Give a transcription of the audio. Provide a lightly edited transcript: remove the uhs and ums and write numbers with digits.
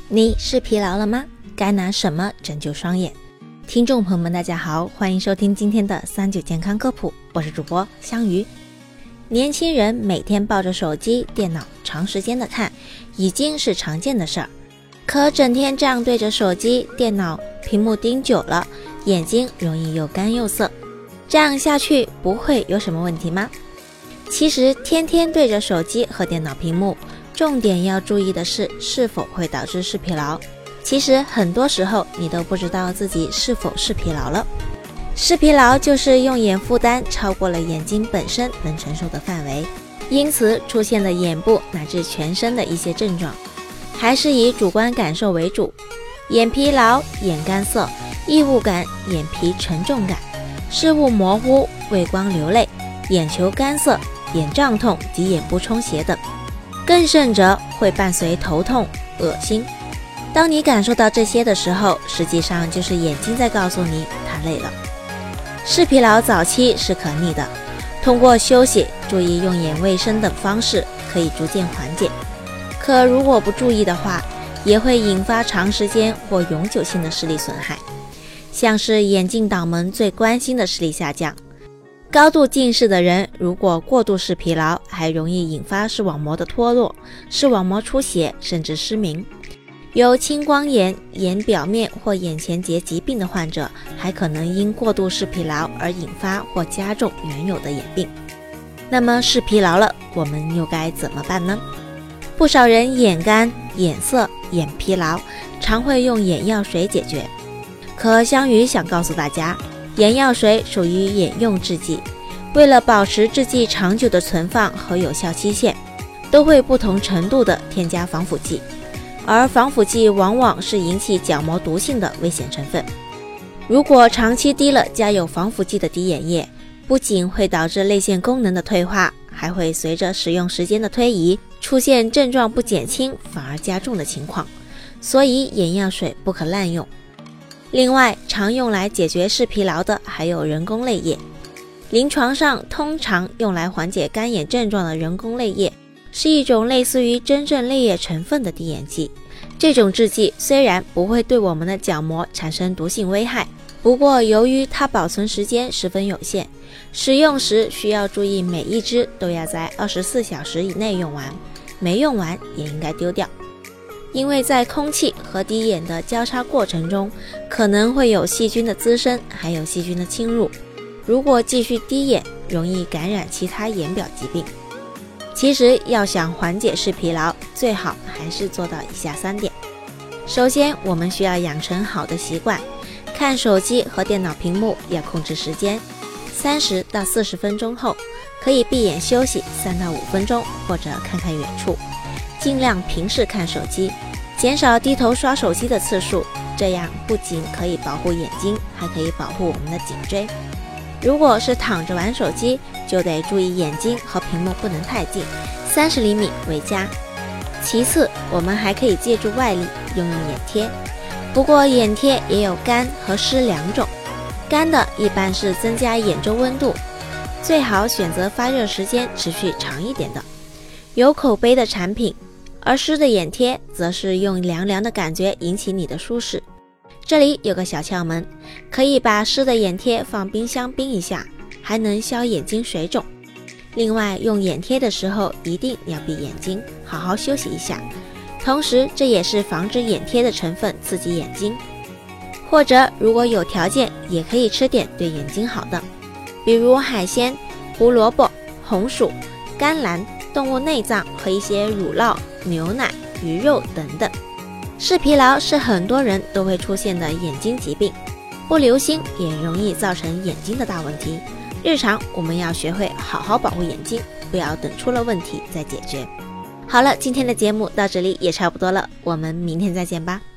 你是疲劳了吗？该拿什么拯救双眼？听众朋友们大家好，欢迎收听今天的39健康科普，我是主播香鱼。年轻人每天抱着手机、电脑长时间的看，已经是常见的事儿。可整天这样对着手机、电脑屏幕盯久了，眼睛容易又干又涩。这样下去不会有什么问题吗？其实天天对着手机和电脑屏幕，重点要注意的是否会导致视疲劳。其实很多时候你都不知道自己是否是疲劳了。视疲劳就是用眼负担超过了眼睛本身能承受的范围，因此出现了眼部乃至全身的一些症状，还是以主观感受为主。眼疲劳、眼干涩、异物感、眼皮沉重感、视物模糊、畏光流泪、眼球干涩、眼胀痛及眼部充血等，更甚者会伴随头痛、恶心。当你感受到这些的时候，实际上就是眼睛在告诉你它累了。视疲劳早期是可逆的，通过休息、注意用眼卫生等方式可以逐渐缓解。可如果不注意的话，也会引发长时间或永久性的视力损害，像是眼镜党们最关心的视力下降。高度近视的人如果过度视疲劳，还容易引发视网膜的脱落、视网膜出血，甚至失明。有青光眼、眼表面或眼前结疾病的患者，还可能因过度视疲劳而引发或加重原有的眼病。那么视疲劳了，我们又该怎么办呢？不少人眼干、眼涩、眼疲劳，常会用眼药水解决。可香鱼想告诉大家，眼药水属于眼用制剂，为了保持制剂长久的存放和有效期限，都会不同程度的添加防腐剂，而防腐剂往往是引起角膜毒性的危险成分。如果长期滴了加有防腐剂的滴眼液，不仅会导致泪腺功能的退化，还会随着使用时间的推移，出现症状不减轻反而加重的情况，所以眼药水不可滥用。另外，常用来解决视疲劳的还有人工泪液。临床上通常用来缓解干眼症状的人工泪液，是一种类似于真正泪液成分的滴眼剂。这种制剂虽然不会对我们的角膜产生毒性危害，不过由于它保存时间十分有限，使用时需要注意每一支都要在24小时以内用完，没用完也应该丢掉。因为在空气和滴眼的交叉过程中，可能会有细菌的滋生，还有细菌的侵入，如果继续滴眼，容易感染其他眼表疾病。其实要想缓解视疲劳，最好还是做到以下3点。首先，我们需要养成好的习惯，看手机和电脑屏幕要控制时间，30到40分钟后，可以闭眼休息3到5分钟，或者看看远处，尽量平视看手机，减少低头刷手机的次数，这样不仅可以保护眼睛，还可以保护我们的颈椎。如果是躺着玩手机，就得注意眼睛和屏幕不能太近，30厘米为佳。其次，我们还可以借助外力用眼贴，不过眼贴也有干和湿2种，干的一般是增加眼周温度，最好选择发热时间持续长一点的，有口碑的产品，而湿的眼贴则是用凉凉的感觉引起你的舒适。这里有个小窍门，可以把湿的眼贴放冰箱冰一下，还能消眼睛水肿。另外，用眼贴的时候一定要闭眼睛，好好休息一下，同时这也是防止眼贴的成分刺激眼睛。或者如果有条件，也可以吃点对眼睛好的，比如海鲜、胡萝卜、红薯、甘蓝、动物内脏和一些乳酪、牛奶、鱼肉等等。视疲劳是很多人都会出现的眼睛疾病，不留心也容易造成眼睛的大问题。日常我们要学会好好保护眼睛，不要等出了问题再解决。好了，今天的节目到这里也差不多了，我们明天再见吧。